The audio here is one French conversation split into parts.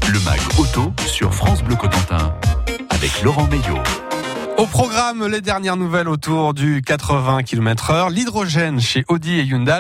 Le MAG Auto sur France Bleu Cotentin avec Laurent Meillot. Au programme, les dernières nouvelles autour du 80 km/h, l'hydrogène chez Audi et Hyundai,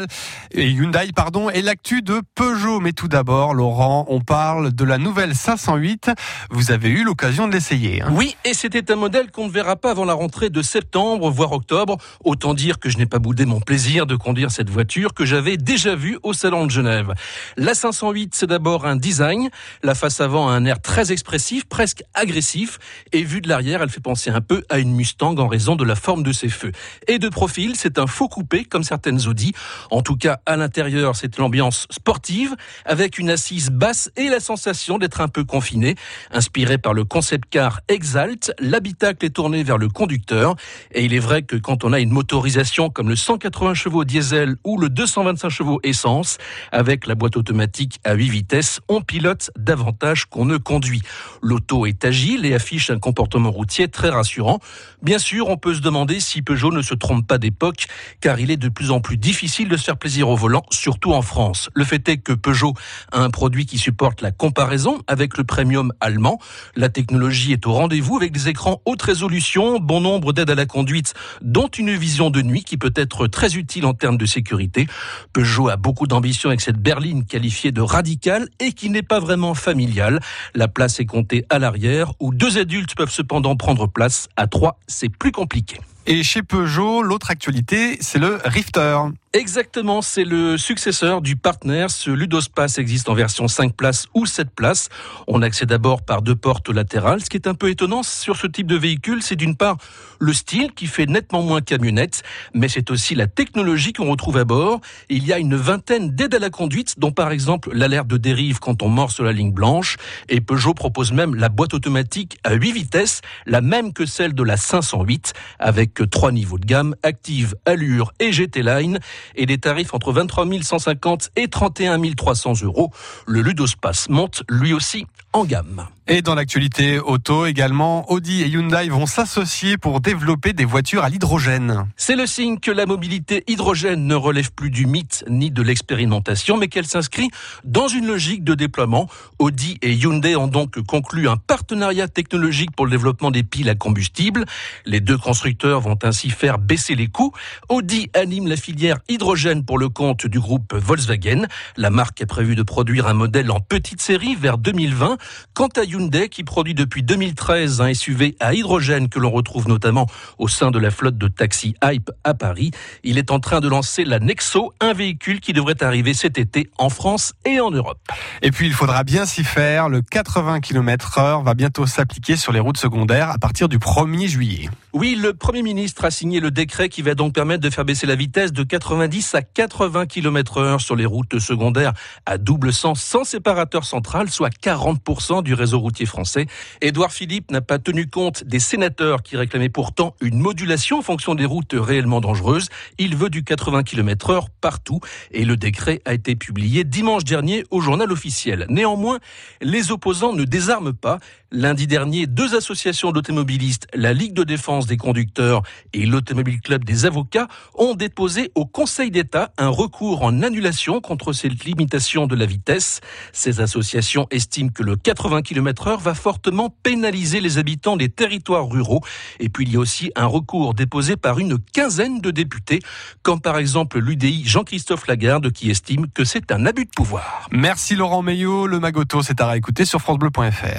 et l'actu de Peugeot. Mais tout d'abord, Laurent, on parle de la nouvelle 508. Vous avez eu l'occasion de l'essayer, hein ? Oui, et c'était un modèle qu'on ne verra pas avant la rentrée de septembre, voire octobre. Autant dire que je n'ai pas boudé mon plaisir de conduire cette voiture que j'avais déjà vue au Salon de Genève. La 508, c'est d'abord un design. La face avant a un air très expressif, presque agressif. Et vue de l'arrière, elle fait penser un peu à une Mustang en raison de la forme de ses feux. Et de profil, c'est un faux coupé comme certaines Audi. En tout cas, à l'intérieur, c'est l'ambiance sportive avec une assise basse et la sensation d'être un peu confiné. Inspiré par le concept car Exalt, l'habitacle est tourné vers le conducteur. Et il est vrai que quand on a une motorisation comme le 180 chevaux diesel ou le 225 chevaux essence, avec la boîte automatique à 8 vitesses, on pilote davantage qu'on ne conduit. L'auto est agile et affiche un comportement routier très rassurant. Bien sûr, on peut se demander si Peugeot ne se trompe pas d'époque, car il est de plus en plus difficile de se faire plaisir au volant, surtout en France. Le fait est que Peugeot a un produit qui supporte la comparaison avec le premium allemand. La technologie est au rendez-vous avec des écrans haute résolution, bon nombre d'aides à la conduite, dont une vision de nuit qui peut être très utile en termes de sécurité. Peugeot a beaucoup d'ambition avec cette berline qualifiée de radicale et qui n'est pas vraiment familiale. La place est comptée à l'arrière, où 2 adultes peuvent cependant prendre place. À 3, c'est plus compliqué. Et chez Peugeot, l'autre actualité, c'est le Rifter. Exactement, c'est le successeur du Partner. Ce Ludospace existe en version 5 places ou 7 places. On accède d'abord par 2 portes latérales. Ce qui est un peu étonnant sur ce type de véhicule, c'est d'une part le style qui fait nettement moins camionnette, mais c'est aussi la technologie qu'on retrouve à bord. Il y a une vingtaine d'aides à la conduite, dont par exemple l'alerte de dérive quand on mord sur la ligne blanche. Et Peugeot propose même la boîte automatique à 8 vitesses, la même que celle de la 508, avec 3 niveaux de gamme, Active, Allure et GT Line, et des tarifs entre 23 150 et 31 300 euros. Le Ludospace monte lui aussi en gamme. Et dans l'actualité auto également, Audi et Hyundai vont s'associer pour développer des voitures à l'hydrogène. C'est le signe que la mobilité hydrogène ne relève plus du mythe ni de l'expérimentation, mais qu'elle s'inscrit dans une logique de déploiement. Audi et Hyundai ont donc conclu un partenariat technologique pour le développement des piles à combustible. Les 2 constructeurs vont ainsi faire baisser les coûts. Audi anime la filière hydrogène pour le compte du groupe Volkswagen. La marque a prévu de produire un modèle en petite série vers 2020. Quant à Hyundai, qui produit depuis 2013 un SUV à hydrogène que l'on retrouve notamment au sein de la flotte de taxis Hype à Paris, il est en train de lancer la Nexo, un véhicule qui devrait arriver cet été en France et en Europe. Et puis il faudra bien s'y faire, le 80 km/h va bientôt s'appliquer sur les routes secondaires à partir du 1er juillet. Oui, le Premier ministre a signé le décret qui va donc permettre de faire baisser la vitesse de 90 à 80 km/h sur les routes secondaires à double sens sans séparateur central, soit 40% du réseau routier français. Édouard Philippe n'a pas tenu compte des sénateurs qui réclamaient pourtant une modulation en fonction des routes réellement dangereuses. Il veut du 80 km/h partout et le décret a été publié dimanche dernier au journal officiel. Néanmoins, les opposants ne désarment pas. Lundi dernier, 2 associations d'automobilistes, la Ligue de défense des conducteurs et l'Automobile Club des avocats, ont déposé au Conseil d'État un recours en annulation contre cette limitation de la vitesse. Ces associations estiment que le 80 km/h va fortement pénaliser les habitants des territoires ruraux. Et puis il y a aussi un recours déposé par une quinzaine de députés, comme par exemple l'UDI Jean-Christophe Lagarde, qui estime que c'est un abus de pouvoir. Merci Laurent Meillot, le MAG Auto, c'est à réécouter sur francebleu.fr.